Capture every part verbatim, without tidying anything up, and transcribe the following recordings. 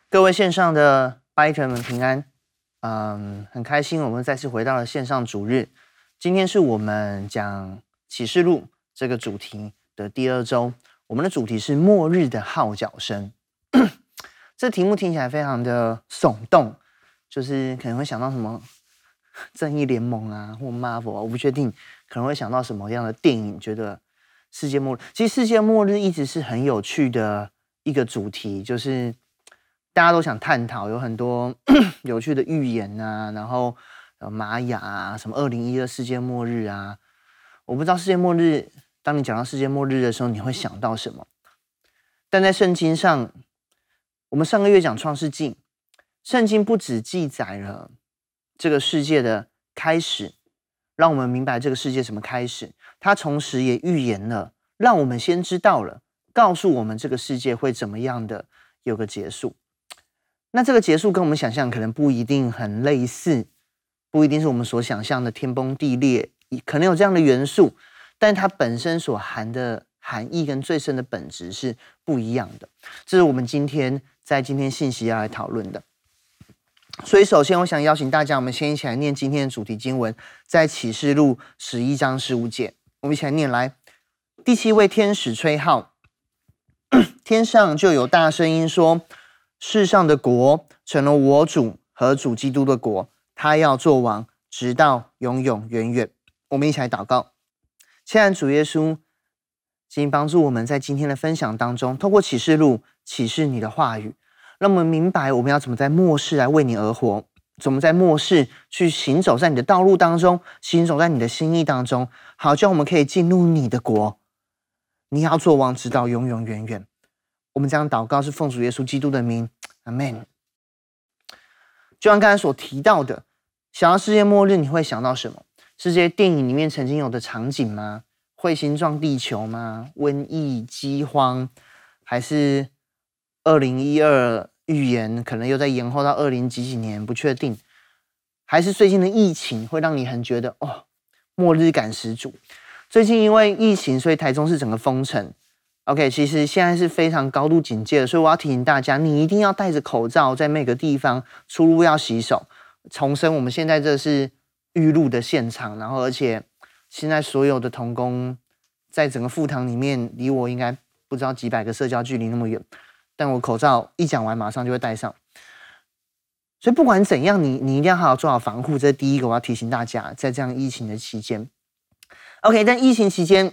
各位线上的 Byter 们平安，嗯，很开心我们再次回到了线上主日。今天是我们讲启示录这个主题的第二周，我们的主题是末日的号角声。这题目听起来非常的耸动，就是可能会想到什么正义联盟啊，或 Marvel 啊，我不确定，可能会想到什么样的电影，觉得世界末日。其实世界末日一直是很有趣的一个主题，就是大家都想探讨，有很多有趣的预言啊，然后玛雅啊，什么二零一二世界末日啊，我不知道世界末日，当你讲到世界末日的时候，你会想到什么？但在圣经上，我们上个月讲创世纪，圣经不只记载了这个世界的开始，让我们明白这个世界怎么开始，它同时也预言了，让我们先知道了，告诉我们这个世界会怎么样的有个结束。那这个结束跟我们想象可能不一定很类似，不一定是我们所想象的天崩地裂，可能有这样的元素，但它本身所含的含义跟最深的本质是不一样的。这是我们今天在今天信息要来讨论的。所以首先我想邀请大家，我们先一起来念今天的主题经文，在启示录十一章十五节，我们一起来念来。第七位天使吹号，天上就有大声音说，世上的国成了我主和主基督的国，他要做王，直到永永远远。我们一起来祷告。亲爱的主耶稣，请帮助我们在今天的分享当中，透过启示录启示你的话语，让我们明白我们要怎么在末世来为你而活，怎么在末世去行走在你的道路当中，行走在你的心意当中，好叫我们可以进入你的国，你要做王，直到永永远远。我们这样祷告是奉主耶稣基督的名，阿们。就像刚才所提到的，想到世界末日你会想到什么？是这些电影里面曾经有的场景吗？彗星撞地球吗？瘟疫、饥荒，还是二零一二预言可能又在延后到二零几几年，不确定？还是最近的疫情会让你很觉得哦，末日感十足？最近因为疫情，所以台中市整个封城。OK， 其实现在是非常高度警戒的，所以我要提醒大家，你一定要戴着口罩，在每个地方出入要洗手。重申，我们现在这是预录的现场，然后而且现在所有的同工在整个副堂里面，离我应该不知道几百个社交距离那么远，但我口罩一讲完马上就会戴上。所以不管怎样，你你一定要好好做好防护，这是第一个我要提醒大家，在这样疫情的期间。OK， 但疫情期间，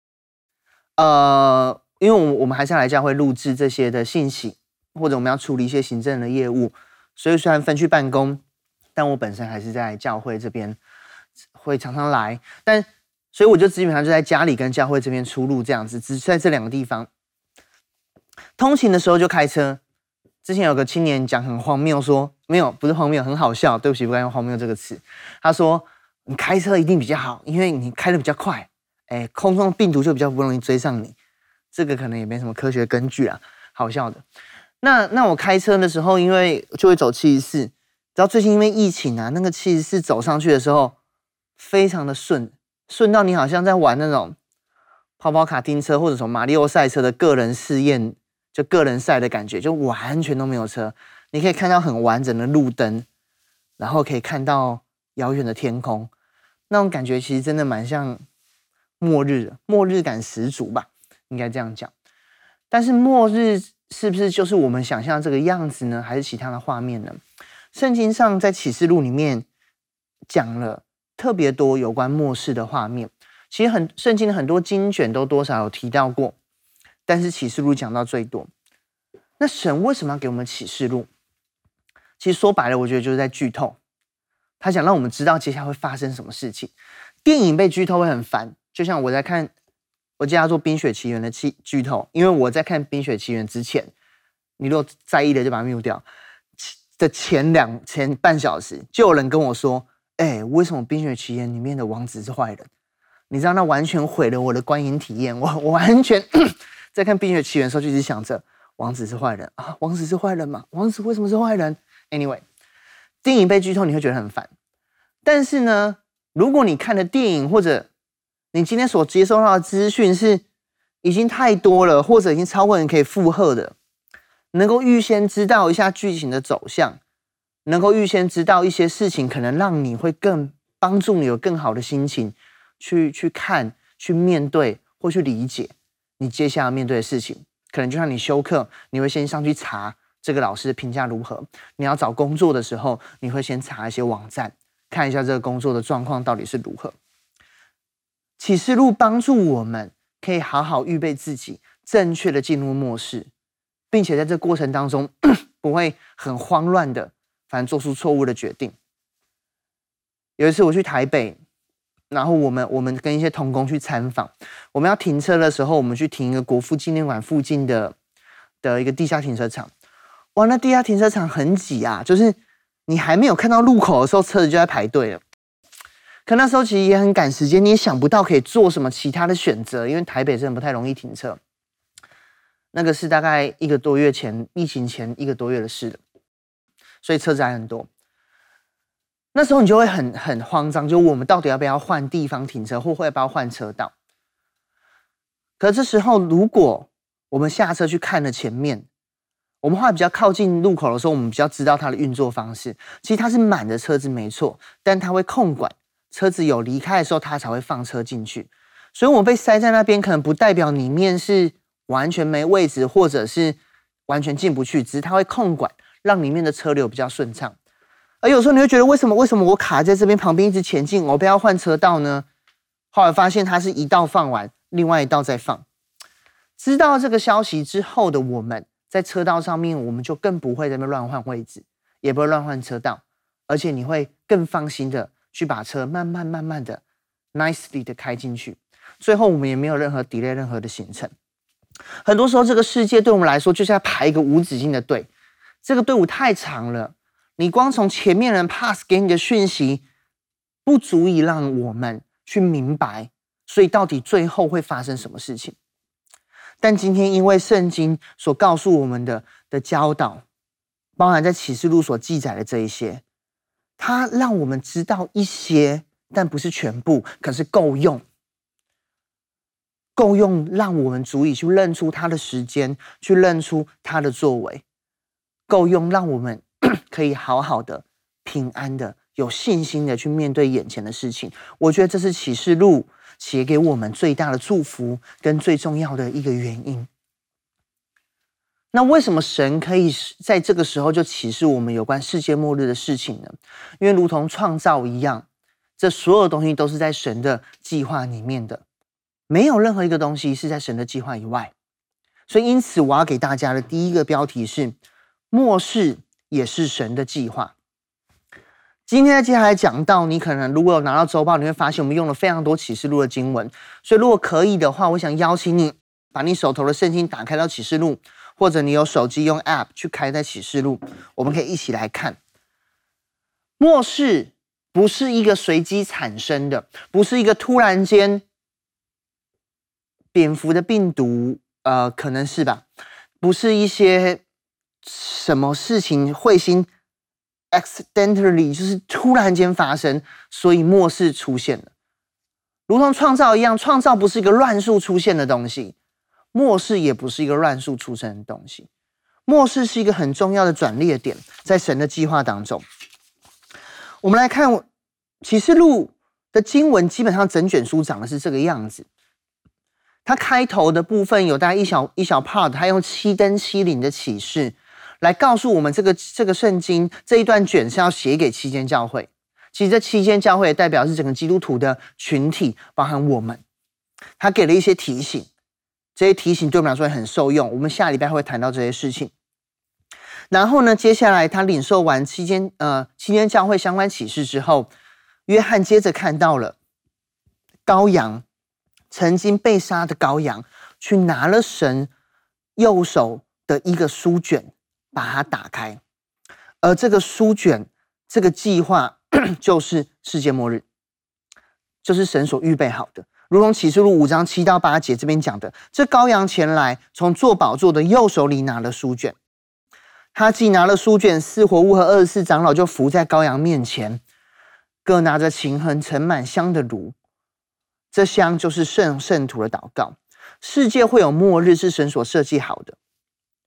呃。因为我们我们还是要来教会录制这些的信息，或者我们要处理一些行政的业务，所以虽然分区办公，但我本身还是在教会这边会常常来，但所以我就基本上就在家里跟教会这边出入这样子，只在这两个地方。通勤的时候就开车。之前有个青年讲很荒谬说，没有，不是荒谬，很好笑，对不起，不该用荒谬这个词。他说你开车一定比较好，因为你开得比较快，哎，空中病毒就比较不容易追上你。这个可能也没什么科学根据啊，好笑的。那那我开车的时候，因为就会走七十四，知道最近因为疫情啊，那个七十四走上去的时候，非常的顺，顺到你好像在玩那种跑跑卡丁车或者什么马里奥赛车的个人试验，就个人赛的感觉，就完全都没有车，你可以看到很完整的路灯，然后可以看到遥远的天空，那种感觉其实真的蛮像末日的，末日感十足吧。应该这样讲，但是末日是不是就是我们想象这个样子呢？还是其他的画面呢？圣经上在启示录里面讲了特别多有关末世的画面，其实很圣经的很多经卷都多少有提到过，但是启示录讲到最多。那神为什么要给我们启示录？其实说白了，我觉得就是在剧透，他想让我们知道接下来会发生什么事情。电影被剧透会很烦，就像我在看。我叫它做《冰雪奇缘》的剧透，因为我在看《冰雪奇缘》之前，你如果在意的就把它 mute 掉。的前两前半小时，就有人跟我说：“哎、欸，为什么《冰雪奇缘》里面的王子是坏人？”你知道，那完全毁了我的观影体验。我我完全在看《冰雪奇缘》的时候，就一直想着王子是坏人啊，王子是坏人吗？王子为什么是坏人 ？Anyway， 电影被剧透，你会觉得很烦。但是呢，如果你看的电影或者你今天所接收到的资讯是已经太多了，或者已经超过你可以负荷的， 能够预先知道一下剧情的走向，能够预先知道一些事情，可能让你会更帮助你有更好的心情去去看、去面对或去理解你接下来面对的事情。可能就像你修课，你会先上去查这个老师的评价如何；你要找工作的时候，你会先查一些网站，看一下这个工作的状况到底是如何。启示录帮助我们可以好好预备自己，正确的进入末世，并且在这过程当中不会很慌乱的，反正做出错误的决定。有一次我去台北，然后我们我们跟一些同工去参访，我们要停车的时候，我们去停一个国父纪念馆附近的的一个地下停车场。哇，那地下停车场很挤啊，就是你还没有看到路口的时候，车子就在排队了。可那时候其实也很赶时间，你也想不到可以做什么其他的选择，因为台北真的不太容易停车。那个是大概一个多月前，疫情前一个多月的事了，所以车子还很多。那时候你就会很很慌张，就我们到底要不要换地方停车，或会不要换车道？可这时候，如果我们下车去看了前面，我们后来比较靠近路口的时候，我们比较知道它的运作方式。其实它是满的车子没错，但它会控管车子有离开的时候，它才会放车进去。所以我们被塞在那边，可能不代表里面是完全没位置，或者是完全进不去，只是它会控管，让里面的车流比较顺畅。而有时候你会觉得，为什么为什么我卡在这边旁边一直前进，我不要换车道呢？后来发现它是一道放完，另外一道再放。知道这个消息之后的我们，在车道上面，我们就更不会在那边乱换位置，也不会乱换车道，而且你会更放心的去把车慢慢慢慢的 nicely 的开进去。最后我们也没有任何 delay 任何的行程。很多时候这个世界对我们来说就是要排一个无止境的队，这个队伍太长了，你光从前面人 pass 给你的讯息不足以让我们去明白，所以到底最后会发生什么事情。但今天因为圣经所告诉我们的的教导，包含在启示录所记载的这一些，它让我们知道一些，但不是全部，可是够用。够用让我们足以去认出他的时间，去认出他的作为，够用让我们可以好好的、平安的、有信心的去面对眼前的事情。我觉得这是启示录写给我们最大的祝福跟最重要的一个原因。那为什么神可以在这个时候就启示我们有关世界末日的事情呢？因为如同创造一样，这所有东西都是在神的计划里面的。没有任何一个东西是在神的计划以外，所以因此我要给大家的第一个标题是末世也是神的计划。今天接下来讲到，你可能如果有拿到周报，你会发现我们用了非常多启示录的经文，所以如果可以的话，我想邀请你把你手头的圣经打开到启示录，或者你有手机用 App 去开在启示录，我们可以一起来看。末世不是一个随机产生的，不是一个突然间蝙蝠的病毒，呃，可能是吧，不是一些什么事情彗星 accidentally 就是突然间发生，所以末世出现了。如同创造一样，创造不是一个乱数出现的东西，末世也不是一个乱数出生的东西。末世是一个很重要的转捩点，在神的计划当中。我们来看启示录的经文，基本上整卷书长的是这个样子。它开头的部分有大概一小一小 part， 它用七灯七灵的启示来告诉我们，这个这个圣经这一段卷是要写给七间教会。其实这七间教会也代表是整个基督徒的群体，包含我们。他给了一些提醒，这些提醒对我们来说也很受用。我们下礼拜会谈到这些事情。然后呢，接下来他领受完七间呃七间教会相关启示之后，约翰接着看到了羔羊。曾经被杀的羔羊去拿了神右手的一个书卷，把它打开，而这个书卷这个计划就是世界末日，就是神所预备好的。如同启示录五章七到八节这边讲的，这羔羊前来，从坐宝座的右手里拿了书卷，他既拿了书卷，四活物和二十四长老就伏在羔羊面前，各拿着琴衡盛满香的炉，这香就是圣圣徒的祷告。世界会有末日，是神所设计好的。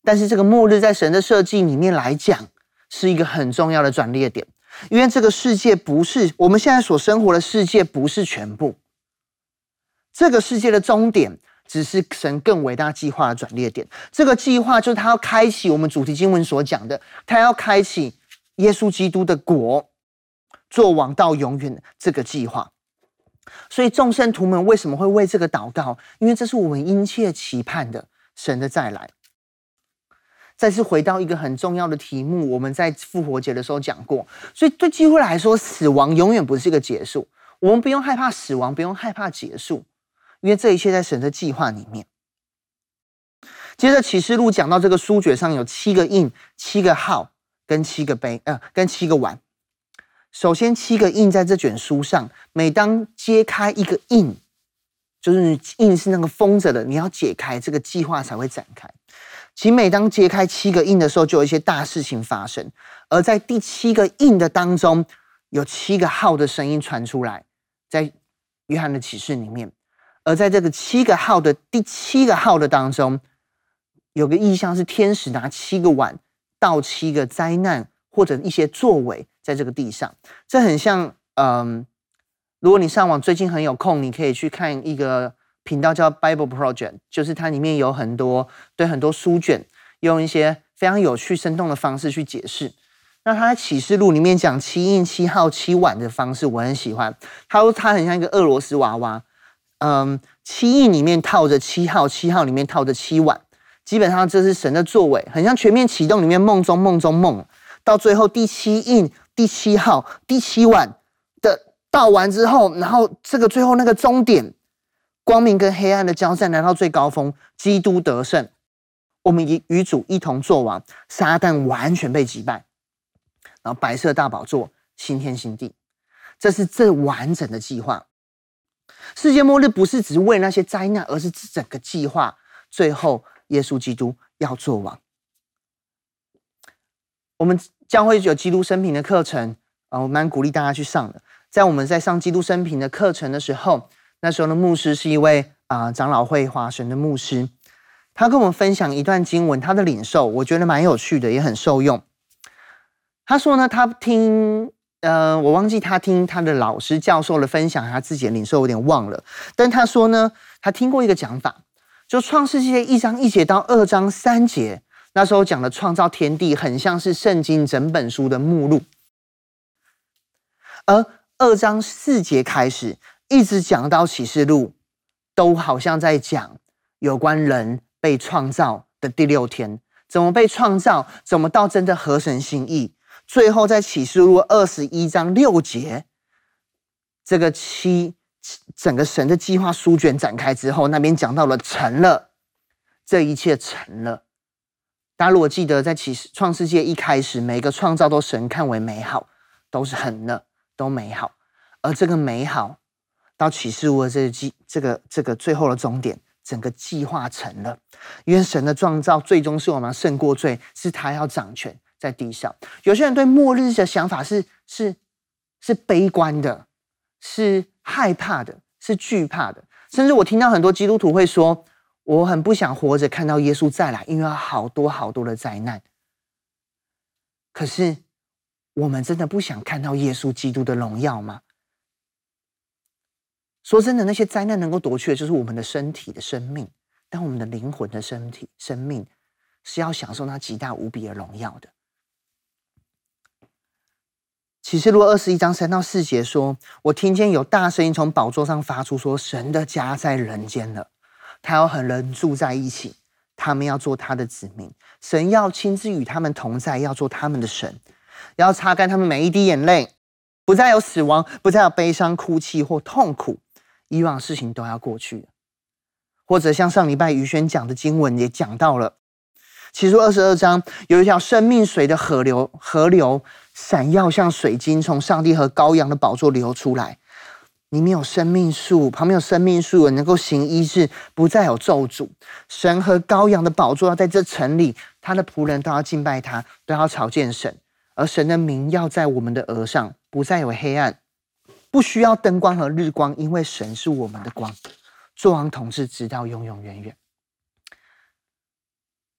但是这个末日在神的设计里面来讲，是一个很重要的转捩点，因为这个世界不是我们现在所生活的世界，不是全部。这个世界的终点只是神更伟大计划的转捩点。这个计划就是他要开启我们主题经文所讲的，他要开启耶稣基督的国，做王到永远的这个计划。所以众圣徒们为什么会为这个祷告？因为这是我们殷切期盼的神的再来。再次回到一个很重要的题目，我们在复活节的时候讲过，所以对基督来说，死亡永远不是一个结束。我们不用害怕死亡，不用害怕结束，因为这一切在神的计划里面。接着启示录讲到这个书卷上有七个印、七个号跟七个杯，呃，跟七个碗。首先，七个印在这卷书上，每当揭开一个印，就是印是那个封着的，你要解开，这个计划才会展开。其每当揭开七个印的时候，就有一些大事情发生。而在第七个印的当中，有七个号的声音传出来，在约翰的启示里面。而在这个七个号的第七个号的当中，有个意象是天使拿七个碗倒七个灾难或者一些作为在这个地上。这很像，嗯，如果你上网最近很有空，你可以去看一个频道叫 Bible Project， 就是它里面有很多对很多书卷用一些非常有趣生动的方式去解释。那他在启示录里面讲七印、七号、七碗的方式，我很喜欢。他说他很像一个俄罗斯娃娃，嗯，七印里面套着七号，七号里面套着七碗，基本上这是神的作为，很像全面启动里面梦中梦中梦，到最后第七印、第七号、第七碗的到完之后，然后这个最后那个终点，光明跟黑暗的交战来到最高峰，基督得胜，我们与主一同作王，撒旦完全被击败，然后白色大宝座，新天新地，这是这完整的计划。世界末日不是只是为那些灾难，而是整个计划最后耶稣基督要作王。我们教会有基督生平的课程，我蛮鼓励大家去上的。在我们在上基督生平的课程的时候，那时候的牧师是一位啊、呃、长老会华神的牧师，他跟我们分享一段经文，他的领受我觉得蛮有趣的，也很受用。他说呢，他听呃，我忘记他听他的老师教授的分享，他自己的领受有点忘了。但他说呢，他听过一个讲法，就创世纪一章一节到二章三节，那时候讲的创造天地，很像是圣经整本书的目录。而二章四节开始，一直讲到启示录，都好像在讲有关人被创造的第六天，怎么被创造，怎么到真的合神心意。最后在启示录二十一章六节，这个七整个神的计划书卷展开之后，那边讲到了成了，这一切成了。大家如果记得，在启示创世界一开始，每个创造都神看为美好，都是很了，都美好。而这个美好到启示录的这个这个这个最后的终点，整个计划成了。因为神的创造最终是我们要胜过罪，是他要掌权在地上。有些人对末日的想法是是是悲观的，是害怕的，是惧怕的。甚至我听到很多基督徒会说，我很不想活着看到耶稣再来，因为有好多好多的灾难。可是我们真的不想看到耶稣基督的荣耀吗？说真的，那些灾难能够夺去的就是我们的身体的生命，但我们的灵魂的身体生命是要享受那极大无比的荣耀的。启示录二十一章三到四节说，我听见有大声音从宝座上发出，说神的家在人间了，他要和人住在一起，他们要做他的子民，神要亲自与他们同在，要做他们的神，要擦干他们每一滴眼泪，不再有死亡，不再有悲伤、哭泣或痛苦，以往的事情都要过去了。或者像上礼拜于轩讲的经文也讲到了，启示录二十二章有一条生命水的河流，河流闪耀像水晶，从上帝和羔羊的宝座流出来。里面有生命树，旁边有生命树，能够行医治，不再有咒诅。神和羔羊的宝座要在这城里，他的仆人都要敬拜他，都要朝见神。而神的名要在我们的额上，不再有黑暗，不需要灯光和日光，因为神是我们的光，作王统治直到永永远远。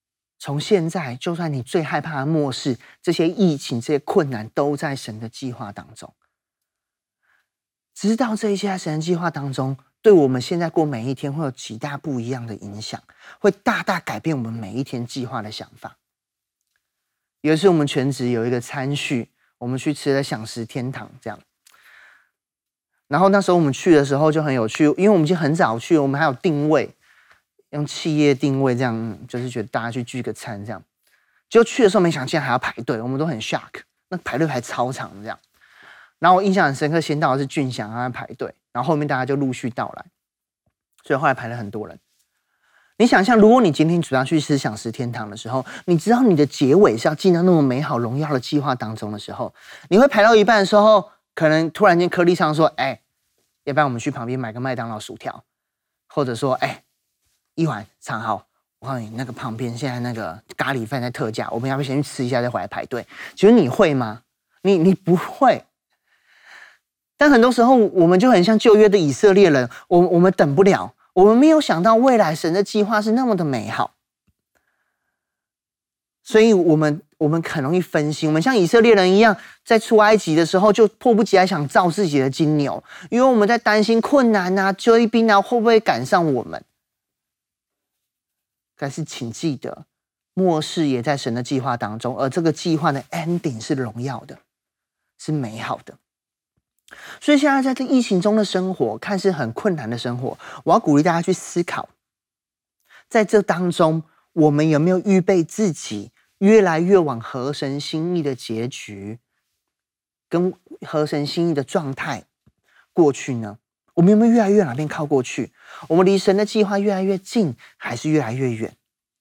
从现在，就算你最害怕的末世，这些疫情、这些困难，都在神的计划当中。知道这一切在神的计划当中，对我们现在过每一天会有极大不一样的影响，会大大改变我们每一天计划的想法。有一次我们全职有一个餐叙，我们去吃了享食天堂这样。然后那时候我们去的时候就很有趣，因为我们已经很早去，我们还有定位，用企业定位这样，就是觉得大家去聚个餐这样。结果去的时候没想竟然还要排队，我们都很 shock， 那排队排超长这样。然后我印象很深刻，先到的是俊祥，他在排队，然后后面大家就陆续到来，所以后来排了很多人。你想象，如果你今天主要去吃享食天堂的时候，你知道你的结尾是要进到那么美好荣耀的计划当中的时候，你会排到一半的时候，可能突然间颗粒上说：“哎、欸，要不然我们去旁边买个麦当劳薯条，或者说，哎、欸，一碗常好，我告诉你，那个旁边现在那个咖喱饭在特价，我们要不要先去吃一下再回来排队？”其实你会吗？你你不会。但很多时候，我们就很像旧约的以色列人，我我们等不了。我们没有想到未来神的计划是那么的美好，所以我们我们很容易分心。我们像以色列人一样，在出埃及的时候就迫不及待想造自己的金牛，因为我们在担心困难啊、追兵啊会不会赶上我们。但是请记得，末世也在神的计划当中，而这个计划的 ending 是荣耀的，是美好的。所以现在在这疫情中的生活，看似很困难的生活，我要鼓励大家去思考，在这当中，我们有没有预备自己越来越往合神心意的结局，跟合神心意的状态过去呢？我们有没有越来越哪边靠过去？我们离神的计划越来越近，还是越来越远？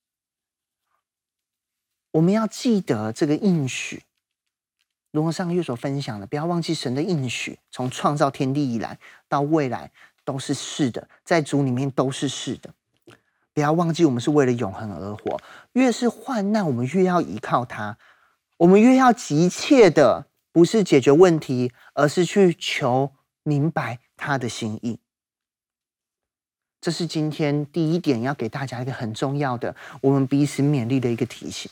我们要记得这个应许。如同上个月所分享的，不要忘记神的应许，从创造天地以来到未来都是是的，在主里面都是是的。不要忘记我们是为了永恒而活，越是患难我们越要依靠他，我们越要急切的不是解决问题，而是去求明白他的心意。这是今天第一点要给大家一个很重要的，我们彼此勉励的一个提醒。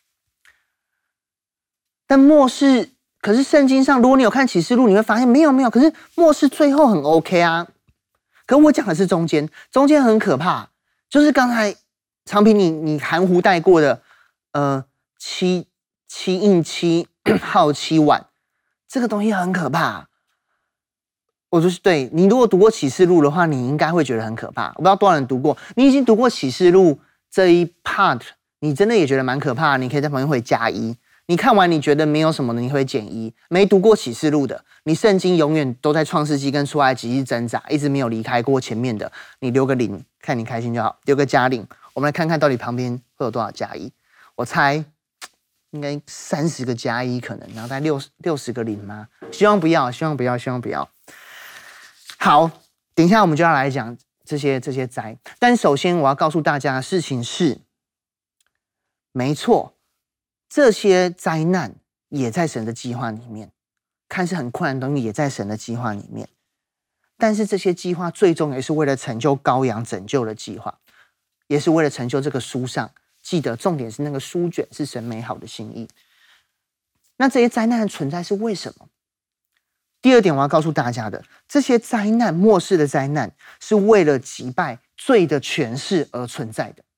但末世，可是圣经上，如果你有看启示录，你会发现没有没有，可是末世最后很 OK 啊。可我讲的是中间，中间很可怕，就是刚才长平你你含糊带过的，呃，七七印七号七碗，这个东西很可怕。我就是对你，如果读过启示录的话，你应该会觉得很可怕。我不知道多少人读过，你已经读过启示录这一 part， 你真的也觉得蛮可怕的，你可以在旁边会加一。你看完你觉得没有什么的，你会减一。没读过启示录的，你圣经永远都在创世纪跟出埃及记挣扎，一直没有离开过前面的，你留个零，看你开心就好，留个加零。我们来看看到底旁边会有多少加一。我猜应该三十个加一可能，然后再六六十个零吗？希望不要，希望不要，希望不要。好，等一下我们就要来讲这些这些灾，但首先我要告诉大家的事情是，没错。这些灾难也在神的计划里面，看似很困难的东西也在神的计划里面，但是这些计划最终也是为了成就羔羊拯救的计划，也是为了成就这个书上，记得重点是那个书卷是神美好的心意。那这些灾难的存在是为什么？第二点我要告诉大家的，这些灾难，末世的灾难是为了击败罪的权势而存在的。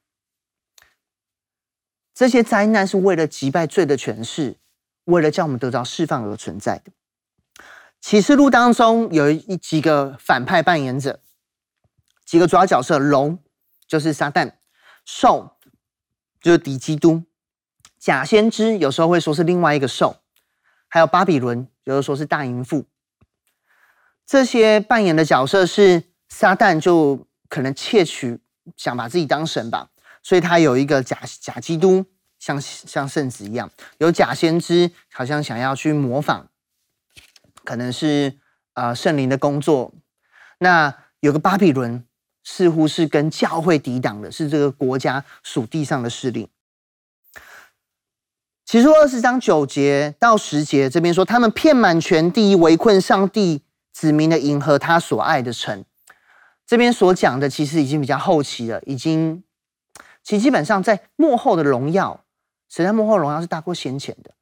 这些灾难是为了击败罪的权势，为了叫我们得到释放而存在的。启示录当中有一几个反派扮演者，几个主要角色，龙就是撒旦，兽就是敌基督，假先知有时候会说是另外一个兽，还有巴比伦有的说是大淫妇。这些扮演的角色是撒旦，就可能窃取，想把自己当神吧。所以他有一个假假基督，像像圣子一样；有假先知，好像想要去模仿，可能是呃圣灵的工作。那有个巴比伦，似乎是跟教会抵挡的，是这个国家属地上的势力。启示录二十章九节到十节这边说，他们遍满全地，围困上帝子民的营和他所爱的城。这边所讲的其实已经比较后期了，已经。 其实基本上在末后的荣耀，神在末后的荣耀是大过先前的。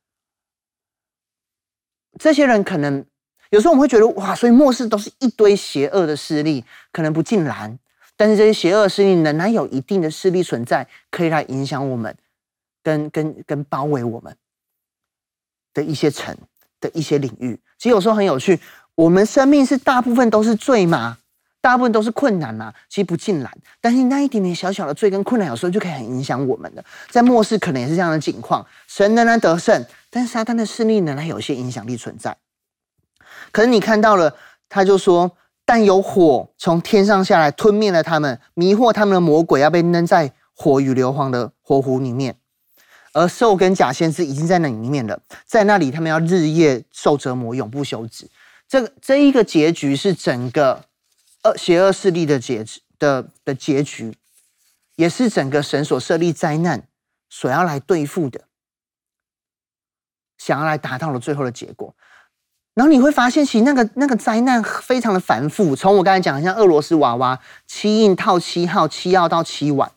这些人可能有时候我们会觉得哇，所以末世都是一堆邪恶的势力，可能不尽然，但是这些邪恶的势力仍然有一定的势力存在，可以来影响我们，跟跟跟包围我们的一些层的一些领域。其实有时候很有趣，我们生命是大部分都是罪吗？大部分都是困难嘛？其实不尽然，但是那一点点小小的罪跟困难，有时候就可以很影响我们的。在末世可能也是这样的境况，神仍然得胜，但是撒旦的势力仍然有一些影响力存在。可是你看到了，他就说，但有火从天上下来，吞灭了他们，迷惑他们的魔鬼要被扔在火与硫磺的火湖里面。而兽跟假先知已经在那里面了，在那里他们要日夜受折磨，永不休止。这个这一个结局是整个恶邪恶势力的结的的结局，也是整个神所设立灾难所要来对付的，想要来达到了最后的结果。然后你会发现，其实那个那个灾难非常的繁复。从我刚才讲，像俄罗斯娃娃七印套七号，七号到七晚，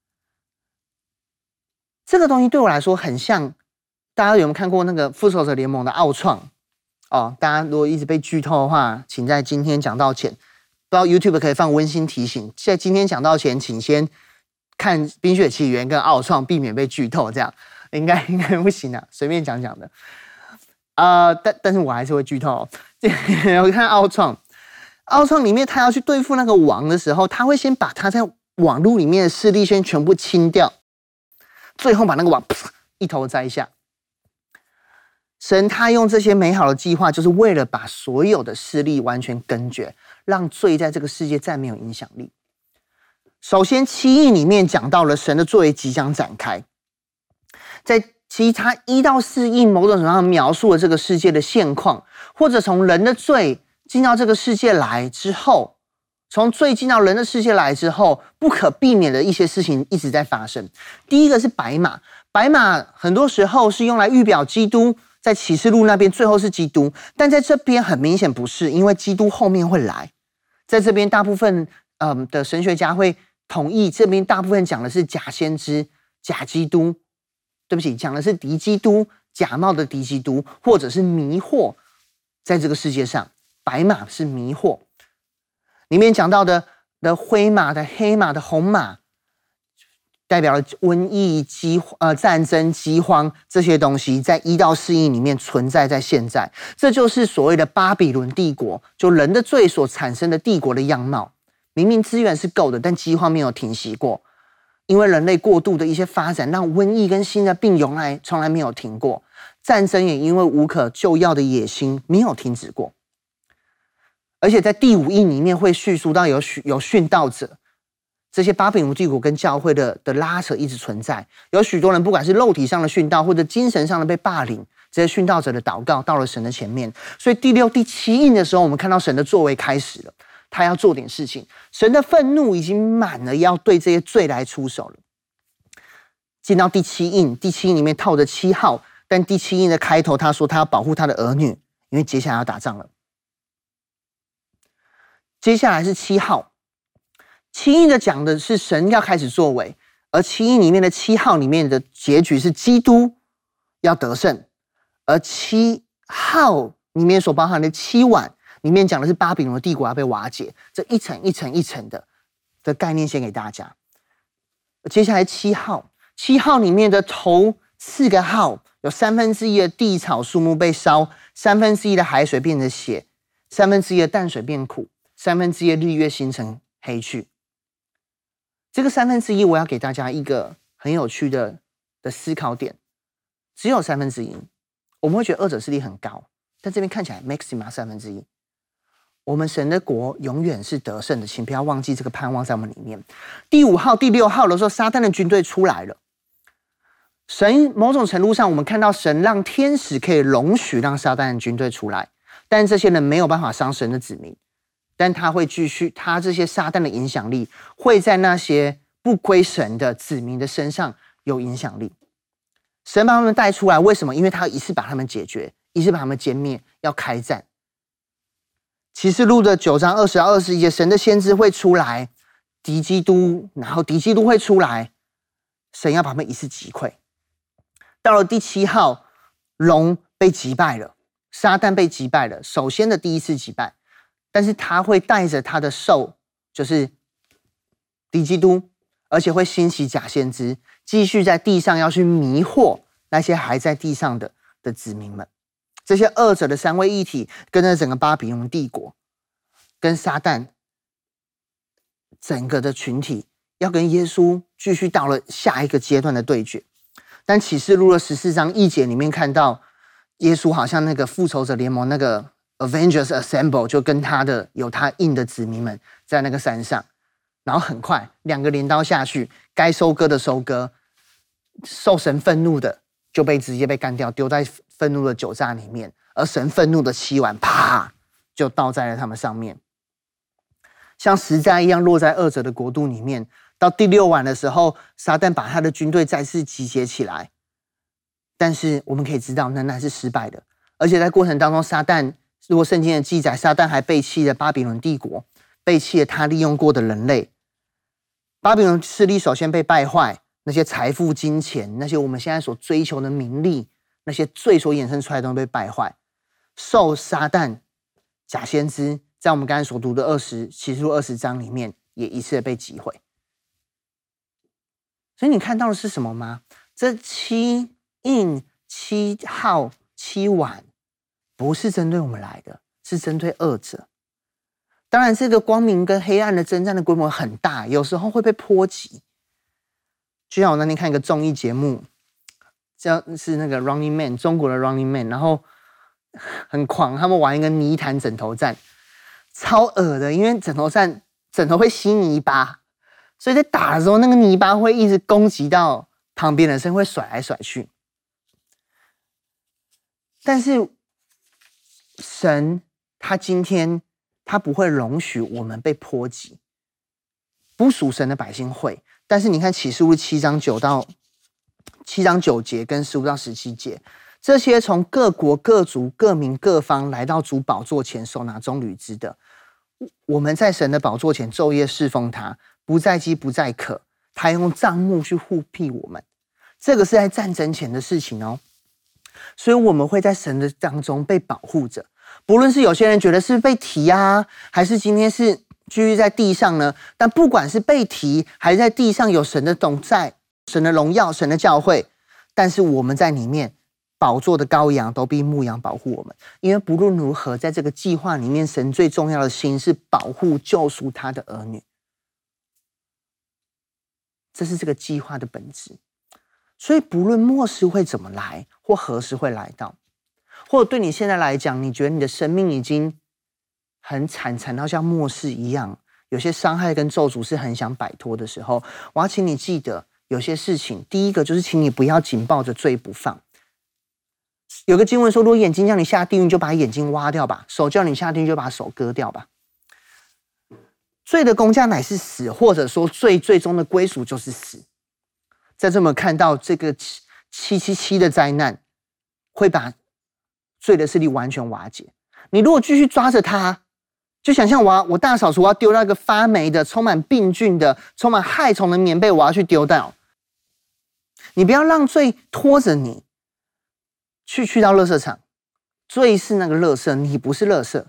这个东西对我来说很像。大家有没有看过那个复仇者联盟的奥创？哦，大家如果一直被剧透的话，请在今天讲到前，不知道 YouTube 可以放温馨提醒，在今天讲到前，请先看《冰雪奇缘》跟奥创，避免被剧透。这样应该应该不行啊，随便讲讲的。呃，但但是我还是会剧透。我看奥创，奥创里面他要去对付那个王的时候，他会先把他在网络里面的势力先全部清掉，最后把那个王一头摘下。神他用这些美好的计划，就是为了把所有的势力完全根绝，让罪在这个世界再没有影响力。首先，七印里面讲到了神的作为即将展开，在其实他一到四印某种程度上描述了这个世界的现况，或者从人的罪进到这个世界来之后，从罪进到人的世界来之后，不可避免的一些事情一直在发生。第一个是白马，白马很多时候是用来预表基督，在启示录那边最后是基督，但在这边很明显不是，因为基督后面会来。在这边大部分、嗯、的神学家会同意，这边大部分讲的是假先知、假基督。对不起，讲的是敌基督，假冒的敌基督，或者是迷惑，在这个世界上，白马是迷惑。里面讲到的的灰马、的黑马、的红马，代表了瘟疫、饥呃战争、饥荒这些东西，在一到四印里面存在在现在，这就是所谓的巴比伦帝国，就人的罪所产生的帝国的样貌。明明资源是够的，但饥荒没有停息过。因为人类过度的一些发展，让瘟疫跟新的病从来从来没有停过，战争也因为无可救药的野心没有停止过。而且在第五印里面会叙述到有有殉道者，这些巴比伦帝国跟教会的的拉扯一直存在，有许多人不管是肉体上的殉道，或者精神上的被霸凌，这些殉道者的祷告到了神的前面。所以第六、第七印的时候，我们看到神的作为开始了。他要做点事情，神的愤怒已经满了，要对这些罪来出手了。进到第七印，第七印里面套着七号，但第七印的开头，他说他要保护他的儿女，因为接下来要打仗了。接下来是七号，七印的讲的是神要开始作为，而七印里面的七号里面的结局是基督要得胜，而七号里面所包含的七晚。里面讲的是巴比伦的帝国要被瓦解，这一层一层一层的的概念先给大家。接下来七号，七号里面的头四个号，有三分之一的地草树木被烧，三分之一的海水变成血，三分之一的淡水变苦，三分之一的日月星辰黑去。这个三分之一，我要给大家一个很有趣的的思考点，只有三分之一，我们会觉得二者势力很高，但这边看起来 maxima 三分之一。我们神的国永远是得胜的，请不要忘记这个盼望在我们里面。第五号、第六号的时候，撒旦的军队出来了。神某种程度上，我们看到神让天使可以容许让撒旦的军队出来，但这些人没有办法伤神的子民，但他会继续，他这些撒旦的影响力会在那些不归神的子民的身上有影响力。神把他们带出来，为什么？因为他一次把他们解决，一次把他们歼灭，要开战。启示录的九章二十到二十一节，神的先知会出来敌基督，然后敌基督会出来， 神要把他们一次击溃。到了第七号，龙被击败了，撒旦被击败了，首先的第一次击败，但是他会带着他的兽，就是敌基督，而且会兴起假先知，继续在地上要去迷惑那些还在地上的的子民们。这些二者的三位一体，跟着整个巴比伦帝国，跟撒旦整个的群体，要跟耶稣继续到了下一个阶段的对决。但启示录的十四章一节里面看到，耶稣好像那个复仇者联盟那个 Avengers Assemble， 就跟他的有他印的子民们在那个山上，然后很快两个镰刀下去，该收割的收割，受神愤怒的就被直接被干掉，丢在愤怒的酒榨里面，而神愤怒的七碗啪就倒在了他们上面，像石灾一样落在二者的国度里面。到第六晚的时候，撒旦把他的军队再次集结起来，但是我们可以知道那那是失败的，而且在过程当中，撒旦如果圣经的记载，撒旦还背弃了巴比伦帝国，背弃了他利用过的人类。巴比伦势力首先被败坏，那些财富、金钱，那些我们现在所追求的名利，那些罪所衍生出来的东西被败坏，受撒旦假先知在我们刚才所读的二十启示录二十章里面也一次的被击毁。所以你看到的是什么吗？这七印、七号、七碗不是针对我们来的，是针对二者。当然这个光明跟黑暗的征战的规模很大，有时候会被波及。就像我那天看一个综艺节目，叫是那个 Running Man， 中国的 Running Man， 然后很狂，他们玩一个泥潭枕头战，超恶的，因为枕头战枕头会吸泥巴，所以在打的时候那个泥巴会一直攻击到旁边的人，会甩来甩去。但是神他今天他不会容许我们被波及，不属神的百姓会。但是你看启示录七章九到七章九节跟十五到十七节，这些从各国各族各民各方来到主宝座前手拿棕榈枝的，我们在神的宝座前昼夜侍奉他，不再饥不再渴，他用帐幕去护庇我们。这个是在战争前的事情哦，所以我们会在神的当中被保护着。不论是有些人觉得是被提啊，还是今天是居于在地上呢，但不管是被提还是在地上，有神的同在，神的荣耀，神的教会，但是我们在里面，宝座的羔羊都必牧羊保护我们。因为不论如何，在这个计划里面，神最重要的心是保护救赎他的儿女，这是这个计划的本质。所以不论末世会怎么来，或何时会来到，或者对你现在来讲，你觉得你的生命已经很惨，惨到像末世一样，有些伤害跟咒诅是很想摆脱的时候，我要请你记得有些事情。第一个就是请你不要紧抱着罪不放。有个经文说，如果眼睛叫你下地狱，就把眼睛挖掉吧；手叫你下地狱，就把手割掉吧。罪的工价乃是死，或者说罪最终的归属就是死。在这么看到这个七七七的灾难，会把罪的势力完全瓦解。你如果继续抓着它，就想象我要我大扫除，我要丢到一个发霉的、充满病菌的、充满害虫的棉被，我要去丢掉。你不要让罪拖着你去去到垃圾场，罪是那个垃圾，你不是垃圾。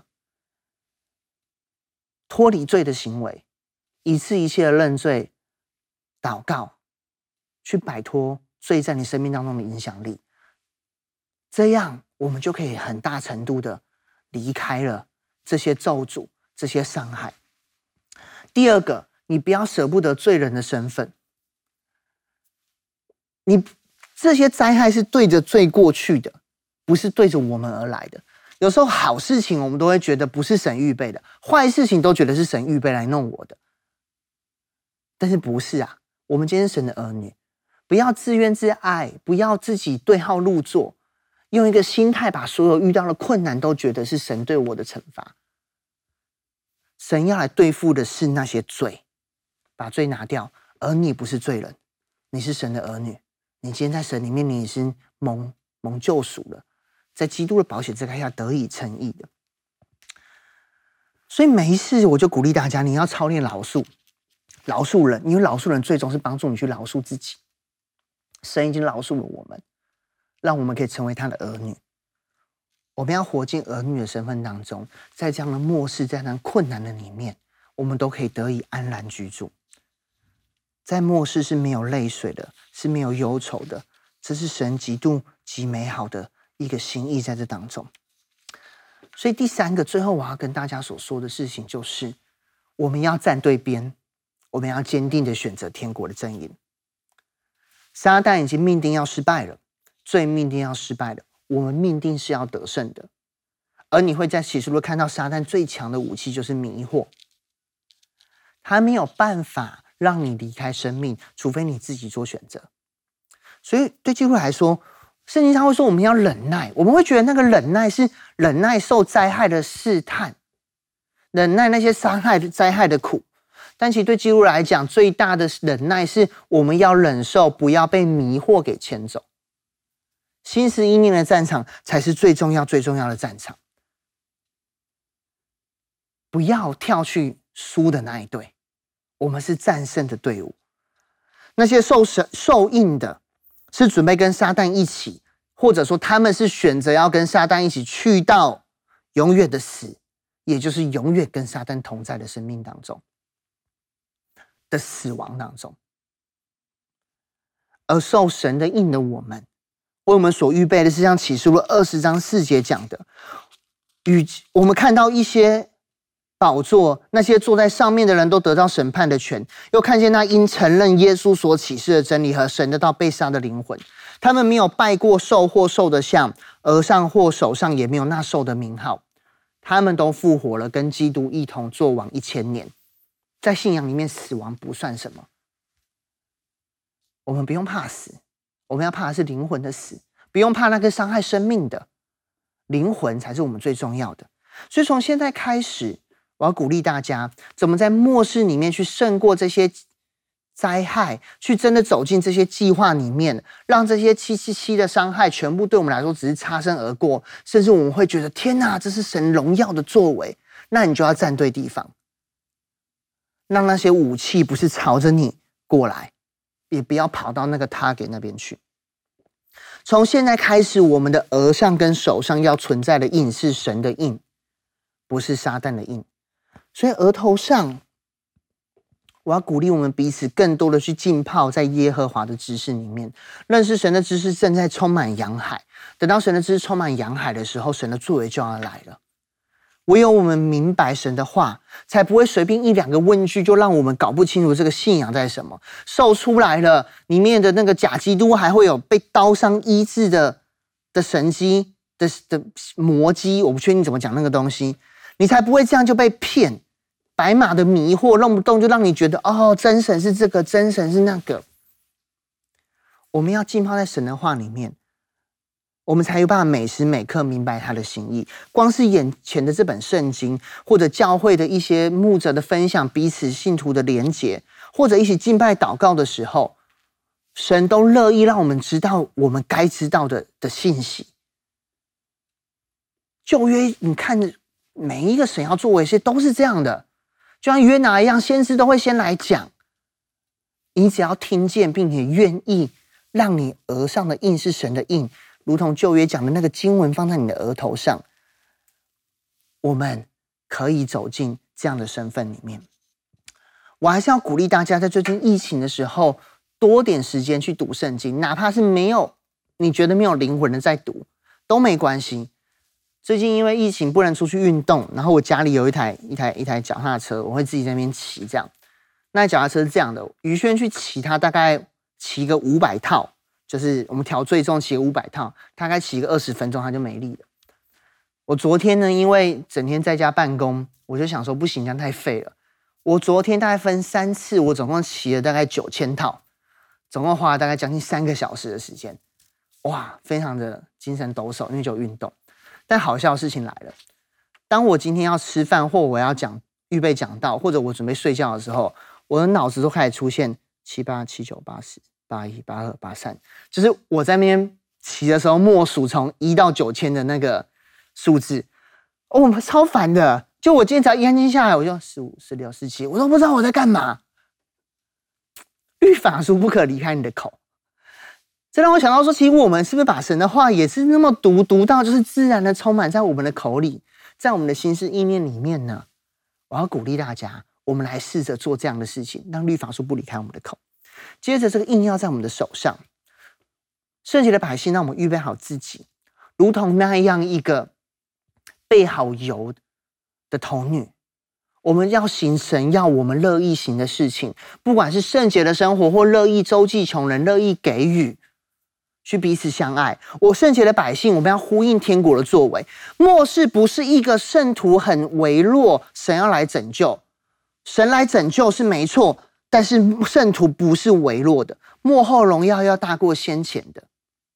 脱离罪的行为，一次一切的认罪、祷告，去摆脱罪在你生命当中的影响力。这样我们就可以很大程度的离开了这些咒诅、这些伤害。第二个，你不要舍不得罪人的身份。你这些灾害是对着罪过去的，不是对着我们而来的。有时候好事情我们都会觉得不是神预备的，坏事情都觉得是神预备来弄我的。但是不是啊？我们今天是神的儿女，不要自怨自艾，不要自己对号入座，用一个心态把所有遇到的困难都觉得是神对我的惩罚。神要来对付的是那些罪，把罪拿掉，而你不是罪人，你是神的儿女。你今天在神里面，你已经蒙蒙救赎了，在基督的宝血遮盖下得以称义的。所以每一次我就鼓励大家，你要操练饶恕，饶恕人，因为饶恕人最终是帮助你去饶恕自己。 神已经饶恕了我们，让我们可以成为他的儿女。我们要活进儿女的身份当中，在这样的末世，在这样困难的里面，我们都可以得以安然居住。在末世是没有泪水的，是没有忧愁的，这是神极度极美好的一个心意在这当中。所以第三个，最后我要跟大家所说的事情就是，我们要站对边，我们要坚定的选择天国的阵营。撒旦已经命定要失败了，罪命定要失败了，我们命定是要得胜的。而你会在启示录看到撒旦最强的武器就是迷惑，他没有办法让你离开生命，除非你自己做选择。所以对基督徒来说，圣经上会说我们要忍耐，我们会觉得那个忍耐是忍耐受灾害的试探，忍耐那些伤害的灾害的苦。但其实对基督徒来讲，最大的忍耐是我们要忍受，不要被迷惑给牵走。心思意念的战场才是最重要最重要的战场，不要跳去输的那一队，我们是战胜的队伍。那些受受印的是准备跟撒旦一起，或者说他们是选择要跟撒旦一起去到永远的死，也就是永远跟撒旦同在的生命当中的死亡当中。而受神的印的我们，为我们所预备的是像启示录二十章四节讲的，与我们看到一些宝座，那些坐在上面的人都得到审判的权，又看见那因承认耶稣所启示的真理和神的道被杀的灵魂，他们没有拜过兽或兽的像，额上或手上也没有那兽的名号，他们都复活了，跟基督一同作王一千年。在信仰里面，死亡不算什么，我们不用怕死，我们要怕的是灵魂的死，不用怕那个伤害生命的，灵魂才是我们最重要的。所以从现在开始，我要鼓励大家怎么在末世里面去胜过这些灾害，去真的走进这些计划里面，让这些七七七的伤害全部对我们来说只是擦身而过，甚至我们会觉得天哪，这是神荣耀的作为。那你就要站对地方，让那些武器不是朝着你过来，也不要跑到那个 target 那边去。从现在开始，我们的额上跟手上要存在的印是神的印，不是撒旦的印。所以额头上，我要鼓励我们彼此更多的去浸泡在耶和华的知识里面，认识神的知识正在充满洋海。等到神的知识充满洋海的时候，神的作为就要来了。唯有我们明白神的话，才不会随便一两个问句就让我们搞不清楚这个信仰在什么。兽出来了，里面的那个假基督还会有被刀伤医治的的神迹的的魔迹，我不确定怎么讲那个东西，你才不会这样就被骗。白马的迷惑，动不动就让你觉得哦，真神是这个，真神是那个。我们要浸泡在神的话里面，我们才有办法每时每刻明白他的心意。光是眼前的这本圣经，或者教会的一些牧者的分享，彼此信徒的连结，或者一起敬拜祷告的时候，神都乐意让我们知道我们该知道的的信息。旧约你看每一个神要作为些都是这样的，就像约拿一样，先知都会先来讲。你只要听见并且愿意让你额上的印是神的印，如同旧约讲的那个经文放在你的额头上，我们可以走进这样的身份里面。我还是要鼓励大家在最近疫情的时候多点时间去读圣经，哪怕是没有你觉得没有灵魂的在读都没关系。最近因为疫情不能出去运动，然后我家里有一台一台一台脚踏车，我会自己在那边骑这样。那脚踏车是这样的，于轩去骑它大概骑个五百套，就是我们调最重骑个五百套，大概骑个二十分钟它就没力了。我昨天呢，因为整天在家办公，我就想说不行，这样太废了。我昨天大概分三次，我总共骑了大概九千套，总共花了大概将近三个小时的时间，哇，非常的精神抖擞，因为就有运动。但好笑的事情来了，当我今天要吃饭，或我要讲预备讲道，或者我准备睡觉的时候，我的脑子都开始出现七八七九八十八一八二八三，就是我在那边骑的时候默数从一到九千的那个数字，哦，超烦的。就我今天只要一安静下来，我就十五、十六、十七，我都不知道我在干嘛。律法书不可离开你的口， 这让我想到说，其实我们是不是把神的话也是那么读读到，就是自然的充满在我们的口里，在我们的心思意念里面呢？我要鼓励大家，我们来试着做这样的事情，让律法书不离开我们的口。接着，这个印要在我们的手上。圣洁的百姓，让我们预备好自己，如同那样一个备好油的童女。我们要行神要我们乐意行的事情，不管是圣洁的生活，或乐意周济穷人，乐意给予，去彼此相爱。我圣洁的百姓，我们要呼应天国的作为。末世不是一个圣徒很微弱，神要来拯救，神来拯救是没错，但是圣徒不是微弱的，末后荣耀要大过先前的。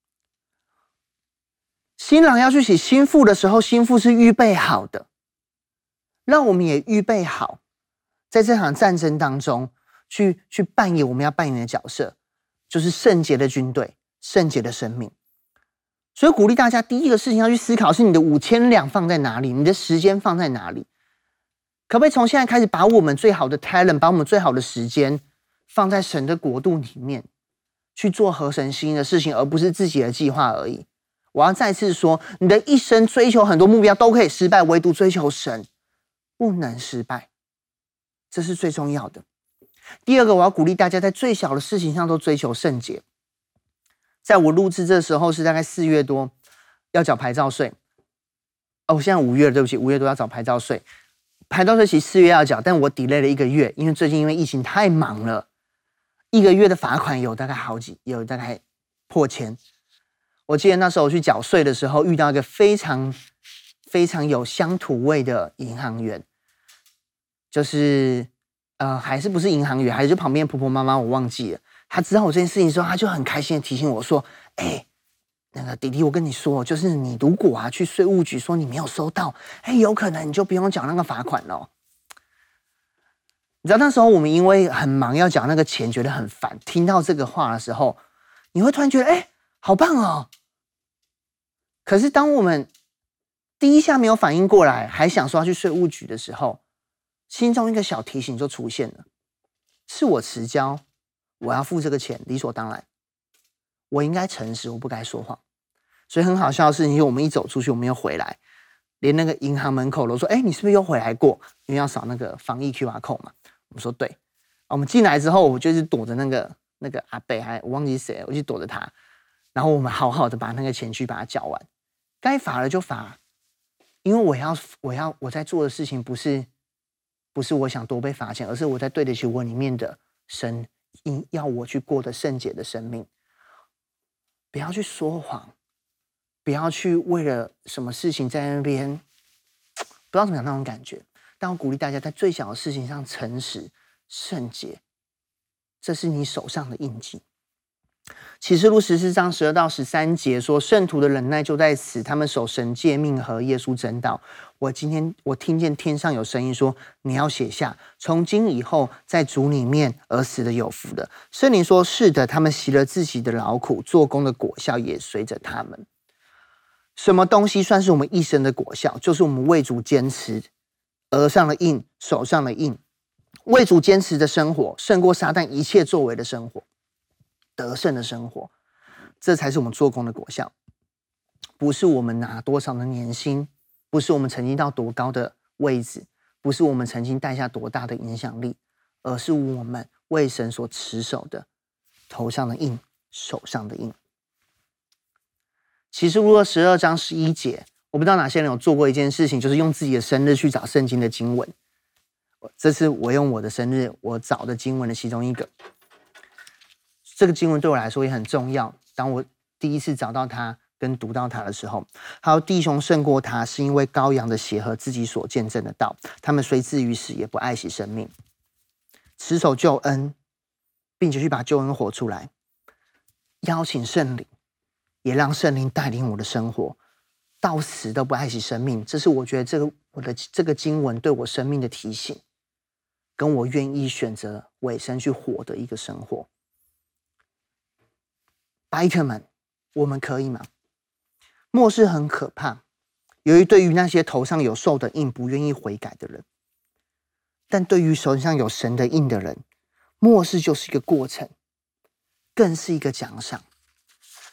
新郎要去娶新妇的时候，新妇是预备好的，让我们也预备好，在这场战争当中去去扮演我们要扮演的角色，就是圣洁的军队，圣洁的生命。所以鼓励大家，第一个事情要去思考，是你的五千两放在哪里，你的时间放在哪里？可不可以从现在开始，把我们最好的 talent， 把我们最好的时间放在神的国度里面，去做合神心意的事情，而不是自己的计划而已。我要再次说，你的一生追求很多目标都可以失败，唯独追求神不能失败，这是最重要的。第二个，我要鼓励大家在最小的事情上都追求圣洁。在我录制这时候是大概四月多，要缴牌照税。哦，现在五月了，对不起，五月多要缴牌照税。牌照税其实四月要缴，但我 delay 了一个月，因为最近因为疫情太忙了，一个月的罚款有大概好几，有大概破千。我记得那时候我去缴税的时候，遇到一个非常非常有乡土味的银行员，就是呃，还是不是银行员，还是就旁边婆婆妈妈，我忘记了。他知道我这件事情的时候，他就很开心的提醒我说：“哎、欸，那个弟弟，我跟你说，就是你如果啊去税务局说你没有收到，哎、欸，有可能你就不用缴那个罚款了。”你知道那时候我们因为很忙要缴那个钱，觉得很烦。听到这个话的时候，你会突然觉得，哎、欸，好棒哦！可是当我们第一下没有反应过来，还想说要去税务局的时候，心中一个小提醒就出现了：是我迟交，我要付这个钱，理所当然。我应该诚实，我不该说谎。所以很好笑的事情，我们一走出去，我们又回来，连那个银行门口都说：“哎、欸，你是不是又回来过？”因为要扫那个防疫 Q R code 嘛。我们说对。我们进来之后，我就是躲着那个那个阿伯，还我忘记谁，我就躲着他。然后我们好好的把那个钱去把它缴完，该罚了就罚，因为我要我要我在做的事情不是不是我想多被罚钱，而是我在对得起我里面的神要我去过的圣洁的生命。不要去说谎，不要去为了什么事情在那边不知道怎么样那种感觉。但我鼓励大家在最小的事情上诚实圣洁，这是你手上的印记。启示录十四章十二到十三节说，圣徒的忍耐就在此，他们守神诫命和耶稣真道。我今天我听见天上有声音说，你要写下，从今以后在主里面而死的有福的。圣灵说，是的，他们习了自己的劳苦，做工的果效也随着他们。什么东西算是我们一生的果效？就是我们为主坚持，额上的印，手上的印，为主坚持的生活，胜过撒旦一切作为的生活，得胜的生活，这才是我们做工的果效。不是我们拿多少的年薪，不是我们曾经到多高的位置，不是我们曾经带下多大的影响力，而是我们为神所持守的头上的印，手上的印。启示录十二章十一节，我不知道哪些人有做过一件事情，就是用自己的生日去找圣经的经文。这是我用我的生日我找的经文的其中一个。这个经文对我来说也很重要。当我第一次找到它跟读到它的时候，还有弟兄胜过他，是因为羔羊的血和自己所见证的道，他们虽至于死，也不爱惜生命，持守救恩，并且去把救恩活出来。邀请圣灵，也让圣灵带领我的生活，到死都不爱惜生命。这是我觉得这个我的这个经文对我生命的提醒，跟我愿意选择委身去活的一个生活。Biker 们，我们可以吗？末世很可怕，由于对于那些头上有兽的印不愿意悔改的人，但对于手上有神的印的人，末世就是一个过程，更是一个奖赏。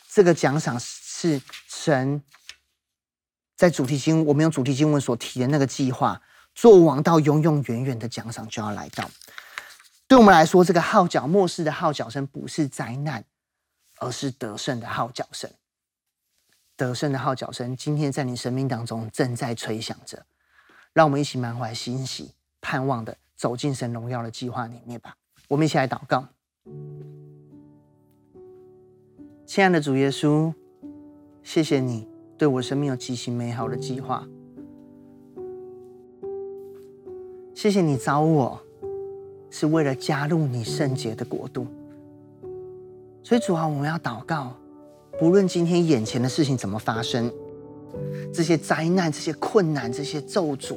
这个奖赏是神在主题经，我们用主题经文所提的那个计划，做王到永永远远的奖赏就要来到。对我们来说，这个号角末世的号角声不是灾难，而是得胜的号角声。得胜的号角声今天在你生命当中正在吹响着，让我们一起满怀欣喜盼望的走进神荣耀的计划里面吧。我们一起来祷告。亲爱的主耶稣，谢谢你对我生命有极其美好的计划，谢谢你找我是为了加入你圣洁的国度。所以主啊，我们要祷告，不论今天眼前的事情怎么发生，这些灾难、这些困难、这些咒诅，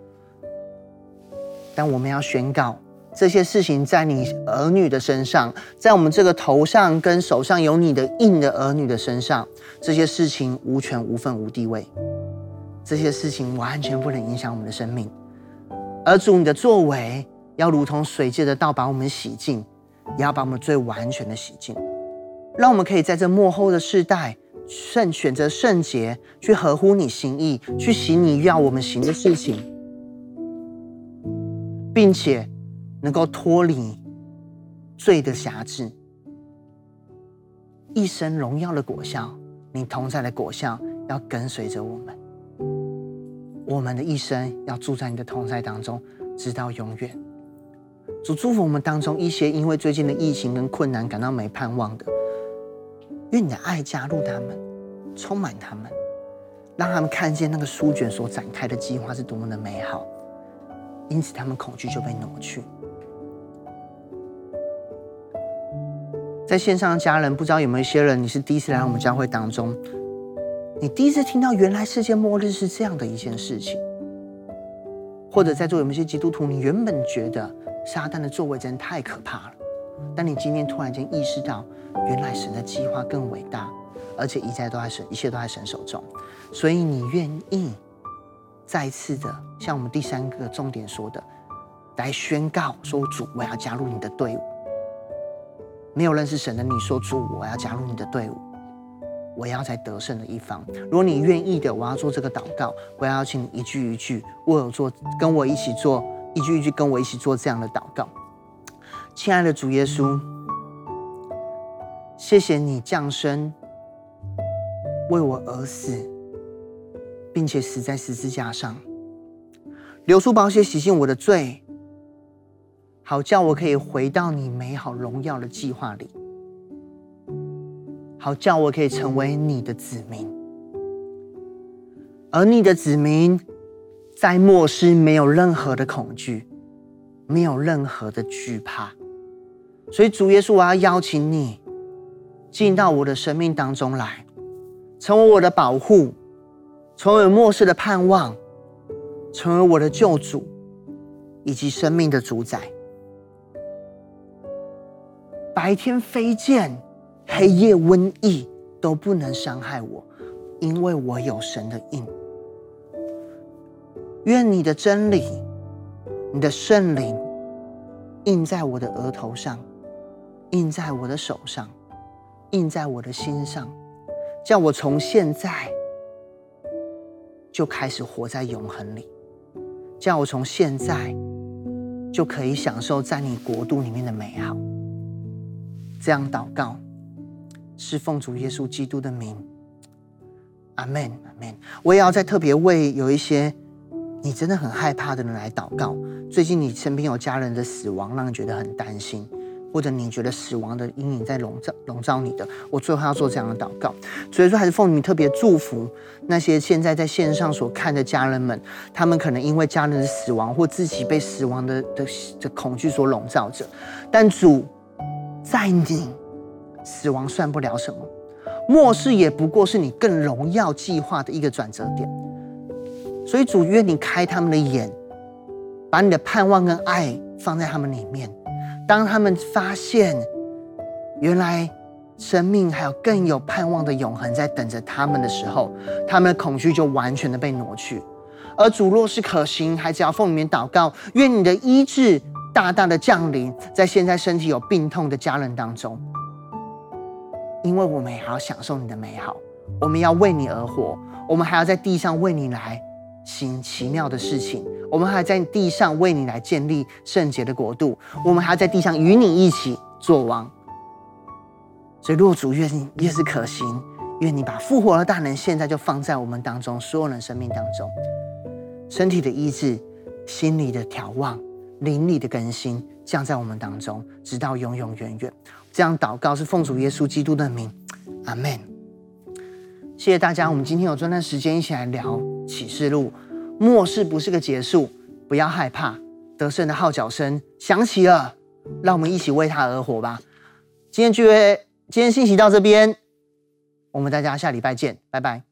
但我们要宣告，这些事情在你儿女的身上，在我们这个头上跟手上有你的印的儿女的身上，这些事情无权无份无地位，这些事情完全不能影响我们的生命。而主你的作为要如同水借的道把我们洗净，也要把我们最完全的洗净，让我们可以在这末后的世代圣选择圣洁，去合乎你心意，去行你要我们行的事情，并且能够脱离罪的辖制，一生荣耀的果效，你同在的果效要跟随着我们，我们的一生要住在你的同在当中，直到永远。主祝福我们当中一些因为最近的疫情跟困难感到没盼望的，愿你的爱加入他们，充满他们，让他们看见那个书卷所展开的计划是多么的美好，因此他们恐惧就被挪去。在线上的家人，不知道有没有一些人，你是第一次来我们教会当中，你第一次听到原来世界末日是这样的一件事情，或者在座有没有一些基督徒，你原本觉得撒旦的作为真的太可怕了，但你今天突然间意识到，原来神的计划更伟大，而且一切都在神，一切都在神手中，所以你愿意再次的像我们第三个重点说的，来宣告说，主，我要加入你的队伍。没有认识神的你说，主，我要加入你的队伍，我要在得胜的一方。如果你愿意的，我要做这个祷告，我要邀请你一句一句，我有做，跟我一起做，一句一句跟我一起做这样的祷告。亲爱的主耶稣，谢谢你降生为我而死，并且死在十字架上，流出宝血洗净我的罪，好叫我可以回到你美好荣耀的计划里，好叫我可以成为你的子民。而你的子民在末世没有任何的恐惧，没有任何的惧怕。所以主耶稣，我要邀请你进到我的生命当中来，成为我的保护，成为末世的盼望，成为我的救主，以及生命的主宰。白天飞剑，黑夜瘟疫都不能伤害我，因为我有神的印。愿你的真理，你的圣灵印在我的额头上，印在我的手上，印在我的心上，叫我从现在就开始活在永恒里，叫我从现在就可以享受在你国度里面的美好。这样祷告是奉主耶稣基督的名，阿们，阿们。我也要再特别为有一些你真的很害怕的人来祷告。最近你身边有家人的死亡，让你觉得很担心，或者你觉得死亡的阴影在笼罩笼罩你的，我最后要做这样的祷告。所以说，还是奉你们特别祝福那些现在在线上所看的家人们，他们可能因为家人的死亡或自己被死亡的的的恐惧所笼罩着，但主在你，死亡算不了什么，末世也不过是你更荣耀计划的一个转折点。所以主，愿你开他们的眼，把你的盼望跟爱放在他们里面。当他们发现原来生命还有更有盼望的永恒在等着他们的时候，他们的恐惧就完全的被挪去。而主若是可行，还只要奉你们祷告，愿你的医治大大的降临在现在身体有病痛的家人当中， 因为我们也还要享受你的美好，我们要为你而活，我们还要在地上为你来行奇妙的事情，我们还要在地上为你来建立圣洁的国度，我们还要在地上与你一起作王。所以若主愿你越是可行，愿你把复活的大能现在就放在我们当中所有人生命当中，身体的医治，心理的调望，灵里的更新降在我们当中，直到永永远远。这样祷告是奉主耶稣基督的名，阿们。谢谢大家，我们今天有这段时间一起来聊启示录。末世不是个结束，不要害怕，得胜的号角声响起了，让我们一起为他而活吧。今天聚会，今天信息到这边，我们大家下礼拜见，拜拜。